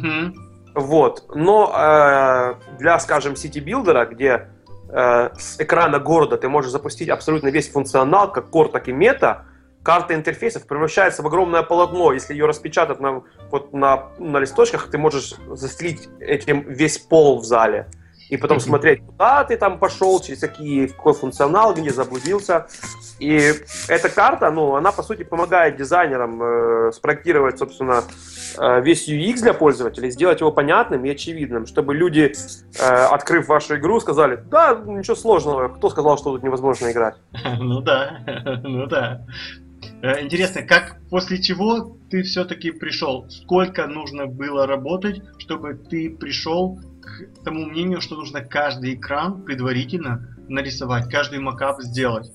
B: Вот. Но для, скажем, сити-билдера, где с экрана города ты можешь запустить абсолютно весь функционал, как core, так и мета, карта интерфейсов превращается в огромное полотно. Если ее распечатать на листочках, ты можешь застелить этим весь пол в зале. И потом смотреть, куда ты там пошел, через какой функционал, где заблудился. И эта карта, ну, она, по сути, помогает дизайнерам спроектировать, собственно, весь UX для пользователей, сделать его понятным и очевидным, чтобы люди, открыв вашу игру, сказали: да, ничего сложного, кто сказал, что тут невозможно играть?
A: Ну да, ну да. Интересно, как после чего ты все-таки пришел? Сколько нужно было работать, чтобы ты пришел к тому мнению, что нужно каждый экран предварительно нарисовать, каждый макап сделать?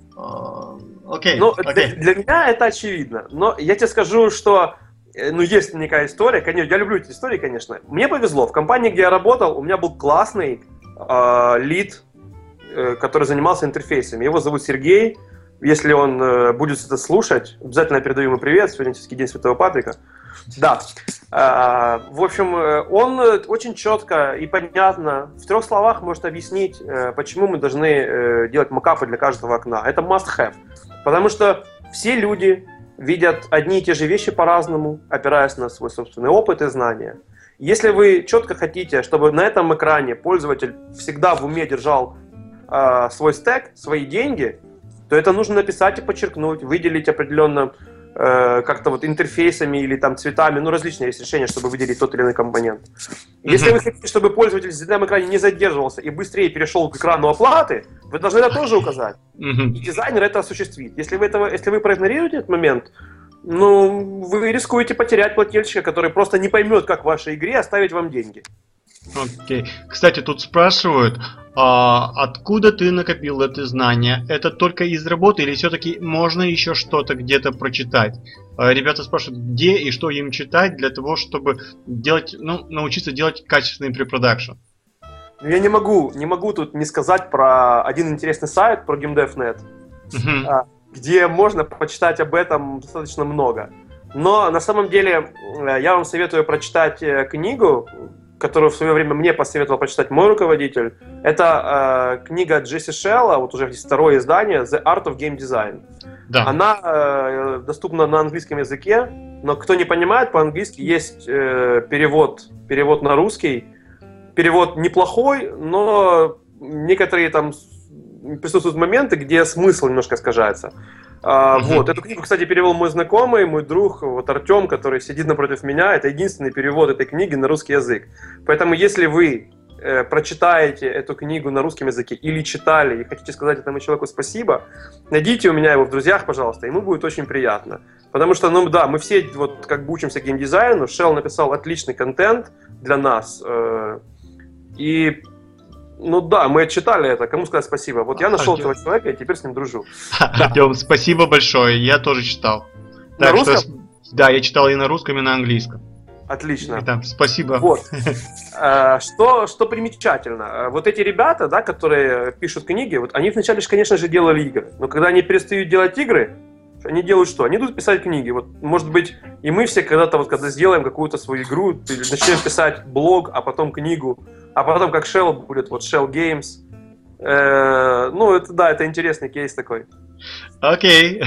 A: Окей.
B: Ну, для меня это очевидно. Но я тебе скажу, что есть некая история. Конечно, я люблю эти истории, конечно. Мне повезло. В компании, где я работал, у меня был классный лид, который занимался интерфейсами. Его зовут Сергей. Если он будет это слушать, обязательно передаю ему привет. Сегодня День Святого Патрика. Да. В общем, он очень четко и понятно в 3 словах может объяснить, почему мы должны делать макапы для каждого окна. Это must-have. Потому что все люди видят одни и те же вещи по-разному, опираясь на свой собственный опыт и знания. Если вы четко хотите, чтобы на этом экране пользователь всегда в уме держал свой стек, свои деньги, то это нужно написать и подчеркнуть, выделить определенно как-то вот интерфейсами или там цветами, ну, различные есть решения, чтобы выделить тот или иной компонент. Если вы хотите, чтобы пользователь в этом экране не задерживался и быстрее перешел к экрану оплаты, вы должны это тоже указать. И дизайнер это осуществит. Если вы проигнорируете этот момент, ну, вы рискуете потерять плательщика, который просто не поймет, как в вашей игре оставить вам деньги.
A: Окей. Кстати, тут спрашивают, откуда ты накопил это знание? Это только из работы или все-таки можно еще что-то где-то прочитать? Ребята спрашивают, где и что им читать для того, чтобы научиться делать качественный препродакшн.
B: Я не могу тут не сказать про один интересный сайт, про GameDev.net, где можно почитать об этом достаточно много. Но на самом деле я вам советую прочитать книгу, которую в свое время мне посоветовал прочитать мой руководитель. Это книга Джесси Шелла, вот уже 2-е издание, The Art of Game Design. Да. Она доступна на английском языке, но кто не понимает по-английски, есть перевод на русский. Перевод неплохой, но некоторые там присутствуют моменты, где смысл немножко искажается. Вот. Эту книгу, кстати, перевел мой знакомый, мой друг, вот Артем, который сидит напротив меня. Это единственный перевод этой книги на русский язык. Поэтому, если вы прочитаете эту книгу на русском языке или читали и хотите сказать этому человеку спасибо, найдите у меня его в друзьях, пожалуйста, ему будет очень приятно. Потому что, ну да, мы все вот как бы учимся геймдизайну, Шелл написал отличный контент для нас. И ну да, мы читали это, кому сказать спасибо. Вот я нашел этого человека и теперь с ним дружу.
A: Артем, спасибо большое, я тоже читал.
B: На русском?
A: Да, я читал и на русском, и на английском.
B: Отлично.
A: Итак, спасибо.
B: Вот. Что примечательно, вот эти ребята, да, которые пишут книги, вот они вначале, конечно же, делали игры. Но когда они перестают делать игры, они делают что? Они идут писать книги. Вот, может быть, и мы все когда-то, вот, когда сделаем какую-то свою игру, начнем писать блог, а потом книгу, а потом как Shell будет, вот Shell Games. Ну, это да, это интересный кейс такой.
A: Окей.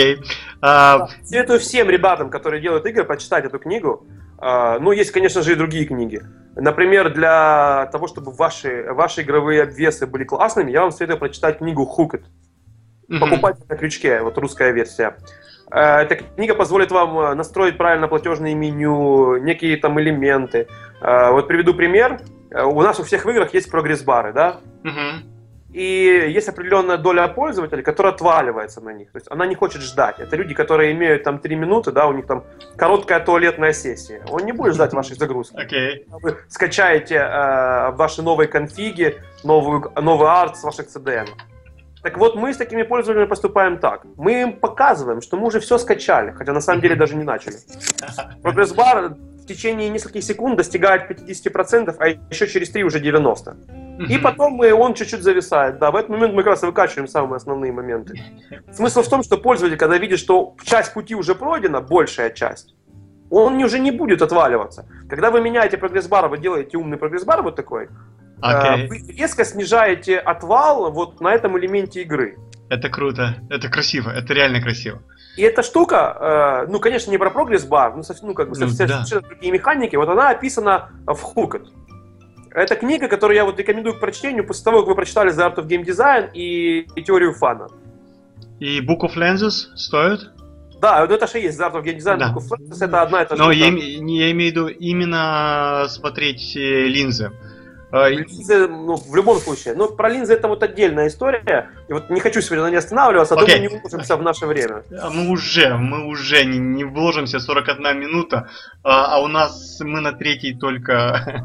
B: Советую всем ребятам, которые делают игры, почитать эту книгу. Ну, есть, конечно же, и другие книги. Например, для того, чтобы ваши игровые обвесы были классными, я вам советую прочитать книгу Hooked. Покупать на крючке, вот русская версия. Эта книга позволит вам настроить правильно платежное меню, некие там элементы. Вот приведу пример. У нас у всех в играх есть прогресс-бары, да? И есть определенная доля пользователей, которая отваливается на них. То есть она не хочет ждать. Это люди, которые имеют там 3 минуты, да, у них там короткая туалетная сессия. Он не будет ждать вашей загрузки. Вы скачаете ваши новые конфиги, новый арт с ваших CDN. Так вот, мы с такими пользователями поступаем так. Мы им показываем, что мы уже все скачали, хотя на самом деле даже не начали. Прогресс-бар в течение нескольких секунд достигает 50%, а еще через 3 уже 90%. И потом он чуть-чуть зависает. Да, в этот момент мы как раз выкачиваем самые основные моменты. Смысл в том, что пользователь, когда видит, что часть пути уже пройдена, большая часть, он уже не будет отваливаться. Когда вы меняете прогресс-бар, вы делаете умный прогресс-бар вот такой, вы резко снижаете отвал вот на этом элементе игры.
A: Это круто, это красиво, это реально красиво.
B: И эта штука, ну, конечно, не про прогресс-бар, но совсем другие механики, вот она описана в Hooked. Это книга, которую я вот рекомендую к прочтению после того, как вы прочитали The Art of Game Design и теорию фана.
A: И Book of Lenses стоит?
B: Да, вот это же есть The Art of Game Design,
A: да.
B: Book of Lenses, это одна и та же.
A: Но я имею в виду именно смотреть линзы.
B: Линзы, ну, в любом случае. Но про линзы это вот отдельная история. И вот не хочу сегодня на ней останавливаться, а думаю, не вложимся в наше время.
A: Мы уже не вложимся 41 минута, а у нас мы на третьей только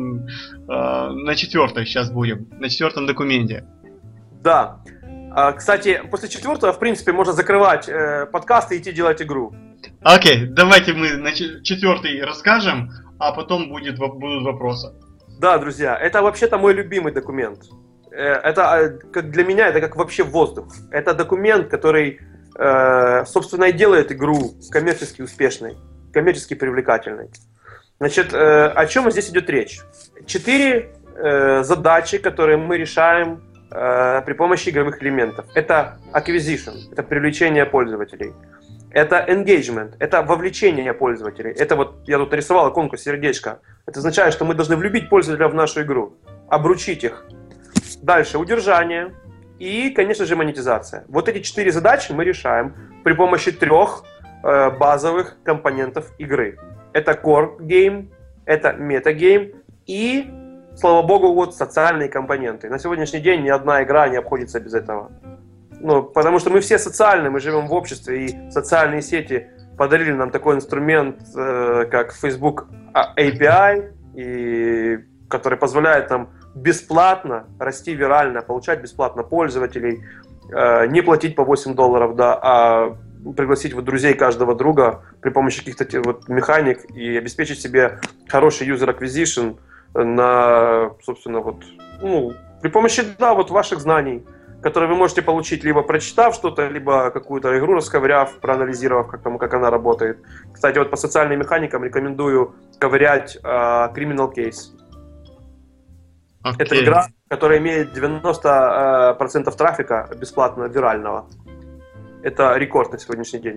A: на 4-й сейчас будем, на 4-м документе.
B: Да. Кстати, после 4-го, в принципе, можно закрывать подкаст и идти делать игру.
A: Окей, давайте мы на 4-й расскажем, а потом будут вопросы.
B: Да, друзья, это вообще-то мой любимый документ. Это, как для меня, это как вообще воздух. Это документ, который, собственно, и делает игру коммерчески успешной, коммерчески привлекательной. Значит, о чем здесь идет речь? 4 задачи, которые мы решаем при помощи игровых элементов. Это acquisition, это привлечение пользователей. Это engagement, это вовлечение пользователей. Это вот, я тут нарисовал иконку сердечко. Это означает, что мы должны влюбить пользователя в нашу игру, обручить их. Дальше удержание и, конечно же, монетизация. Вот эти 4 задачи мы решаем при помощи 3 базовых компонентов игры. Это core game, это meta-game и, слава богу, вот социальные компоненты. На сегодняшний день ни одна игра не обходится без этого. Ну, потому что мы все социальные, мы живем в обществе, и социальные сети подарили нам такой инструмент, как Facebook API, который позволяет нам бесплатно расти вирально, получать бесплатно пользователей, не платить по $8, да, а пригласить вот друзей каждого друга при помощи каких-то вот механик и обеспечить себе хороший user acquisition на, собственно, вот, ну, при помощи, да, вот ваших знаний, которые вы можете получить, либо прочитав что-то, либо какую-то игру расковыряв, проанализировав, как она работает. Кстати, вот по социальным механикам рекомендую ковырять Criminal Case. Okay. Это игра, которая имеет 90% трафика бесплатно вирального. Это рекорд на сегодняшний день.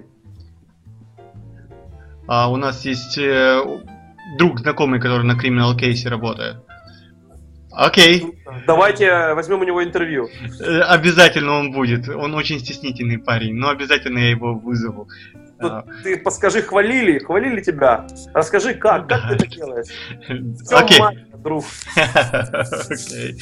A: У нас есть друг знакомый, который на Criminal Case работает. Окей.
B: Давайте возьмем у него интервью.
A: Обязательно он будет. Он очень стеснительный парень, но обязательно я его вызову.
B: Ты подскажи, хвалили тебя? Расскажи, как ты это делаешь?
A: Окей.
B: Друг.
A: Окей.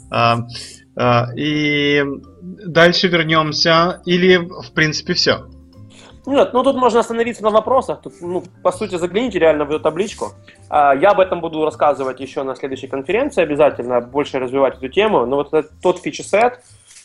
A: И дальше вернемся, или в принципе все?
B: Нет, ну тут можно остановиться на вопросах. Тут, ну, по сути, загляните реально в эту табличку. Я об этом буду рассказывать еще на следующей конференции, обязательно больше развивать эту тему. Но вот тот фичи-сет,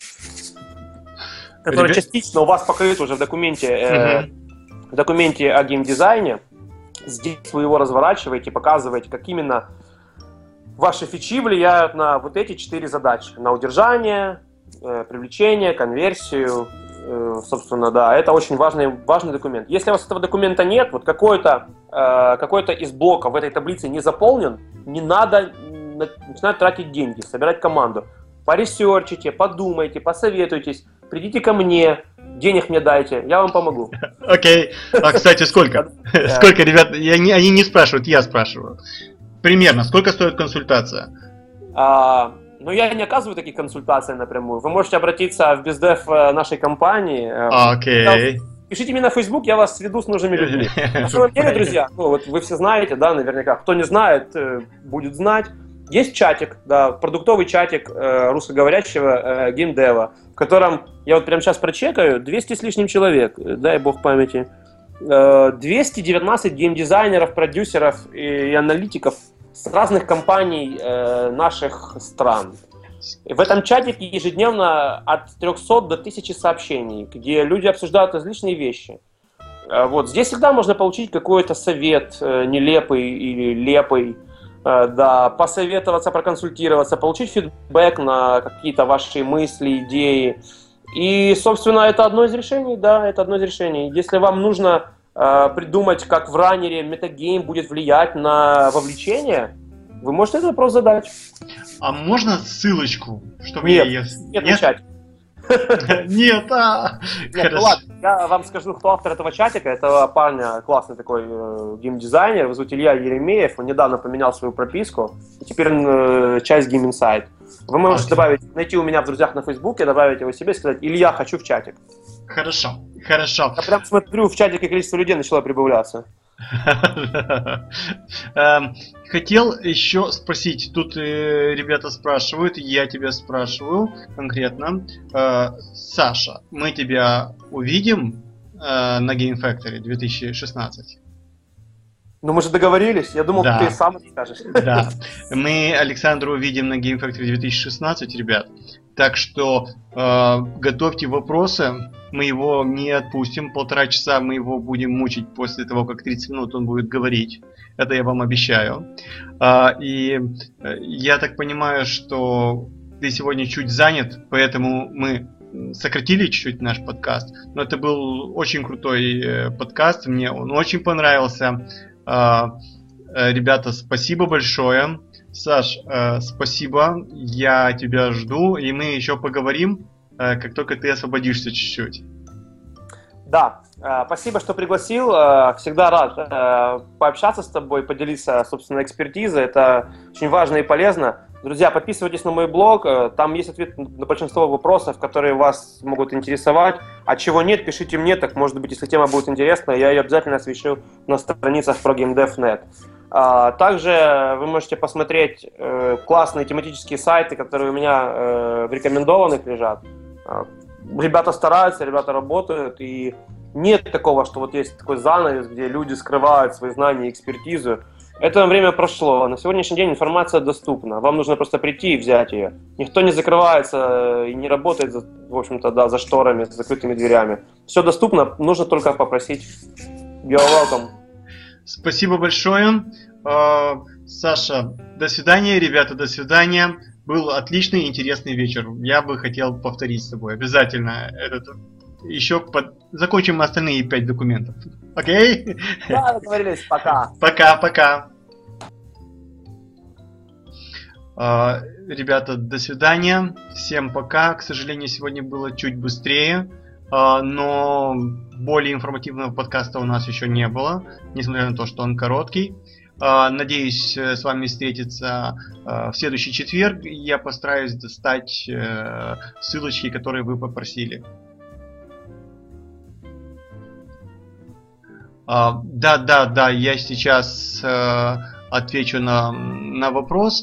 B: который частично у вас покрыт уже в документе, в документе о геймдизайне. Здесь вы его разворачиваете, показываете, как именно ваши фичи влияют на вот эти 4 задачи. На удержание, привлечение, конверсию. Собственно, да, это очень важный документ. Если у вас этого документа нет, вот какой-то из блоков в этой таблице не заполнен, не надо начинать тратить деньги, собирать команду. Поресерчите, подумайте, посоветуйтесь, придите ко мне, денег мне дайте, я вам помогу.
A: Окей. А, кстати, сколько? Сколько, ребят, они не спрашивают, я спрашиваю. Примерно, сколько стоит консультация?
B: Но я не оказываю такие консультации напрямую. Вы можете обратиться в бездев нашей компании.
A: Окей.
B: пишите мне на Facebook, я вас сведу с нужными людьми. На самом деле, друзья, ну, вот вы все знаете, да, наверняка. Кто не знает, будет знать. Есть чатик, да, продуктовый чатик русскоговорящего геймдева, в котором, я вот прямо сейчас прочекаю, 200 с лишним человек, дай бог памяти, 219 геймдизайнеров, продюсеров и аналитиков с разных компаний наших стран. В этом чатике ежедневно от 300 до 1000 сообщений, где люди обсуждают различные вещи. Вот. Здесь всегда можно получить какой-то совет, нелепый или лепый, да, посоветоваться, проконсультироваться, получить фидбэк на какие-то ваши мысли, идеи. И, собственно, это одно из решений, да, это одно из решений. Если вам нужно придумать, как в раннере метагейм будет влиять на вовлечение, вы можете этот вопрос задать.
A: А можно ссылочку, чтобы
B: нет,
A: я ее...
B: Нет, в чате.
A: Нет,
B: Нет, ну ладно, я вам скажу, кто автор этого чатика. Этого парня, классный такой геймдизайнер, его зовут Илья Еремеев. Он недавно поменял свою прописку, и теперь он часть Game Insight. Вы можете найти у меня в друзьях на Фейсбуке, добавить его себе и сказать: Илья, хочу в чатик.
A: Хорошо, хорошо.
B: Я прям смотрю, в чатике количество людей начало прибавляться.
A: Хотел еще спросить, тут ребята спрашивают, я тебя спрашиваю конкретно. Саша, мы тебя увидим на Game Factory 2016?
B: Ну мы же договорились, я думал,
A: да.
B: Ты сам скажешь.
A: Да, мы Александра увидим на Game Factory 2016, ребят. Так что готовьте вопросы, мы его не отпустим, 1,5 часа мы его будем мучить после того, как 30 минут он будет говорить. Это я вам обещаю. И я так понимаю, что ты сегодня чуть занят, поэтому мы сократили чуть-чуть наш подкаст. Но это был очень крутой подкаст, мне он очень понравился. Ребята, спасибо большое. Саш, спасибо, я тебя жду, и мы еще поговорим, как только ты освободишься чуть-чуть.
B: Да, спасибо, что пригласил, всегда рад пообщаться с тобой, поделиться, собственно, экспертизой, это очень важно и полезно. Друзья, подписывайтесь на мой блог, там есть ответ на большинство вопросов, которые вас могут интересовать, а чего нет, пишите мне, так может быть, если тема будет интересна, я ее обязательно освещу на страницах ProGameDev.net. Также вы можете посмотреть классные тематические сайты, которые у меня в рекомендованных лежат. Ребята стараются, ребята работают, и нет такого, что вот есть такой занавес, где люди скрывают свои знания и экспертизу. Это время прошло. На сегодняшний день информация доступна. Вам нужно просто прийти и взять ее. Никто не закрывается и не работает, в общем-то, да, за шторами, с закрытыми дверями. Все доступно, нужно только попросить. You're welcome.
A: Спасибо большое. Саша, до свидания, ребята, до свидания. Был отличный, интересный вечер. Я бы хотел повторить с тобой. Обязательно. Еще закончим остальные 5 документов. Окей?
B: Да, договорились. Пока.
A: Пока. Ребята, до свидания. Всем пока. К сожалению, сегодня было чуть быстрее. Но более информативного подкаста у нас еще не было, несмотря на то, что он короткий. Надеюсь с вами встретиться в следующий четверг. Я постараюсь достать ссылочки, которые вы попросили. Да, я сейчас отвечу на вопрос.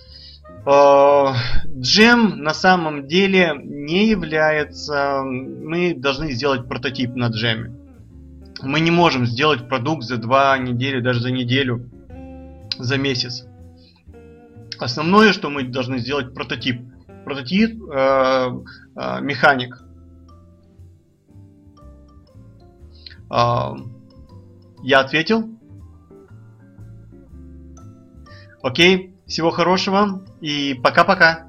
A: Джем на самом деле не является... Мы должны сделать прототип на джеме. Мы не можем сделать продукт за 2 недели, даже за неделю, за месяц. Основное, что мы должны сделать, прототип. Прототип механик. Я ответил? Окей, всего хорошего и пока-пока.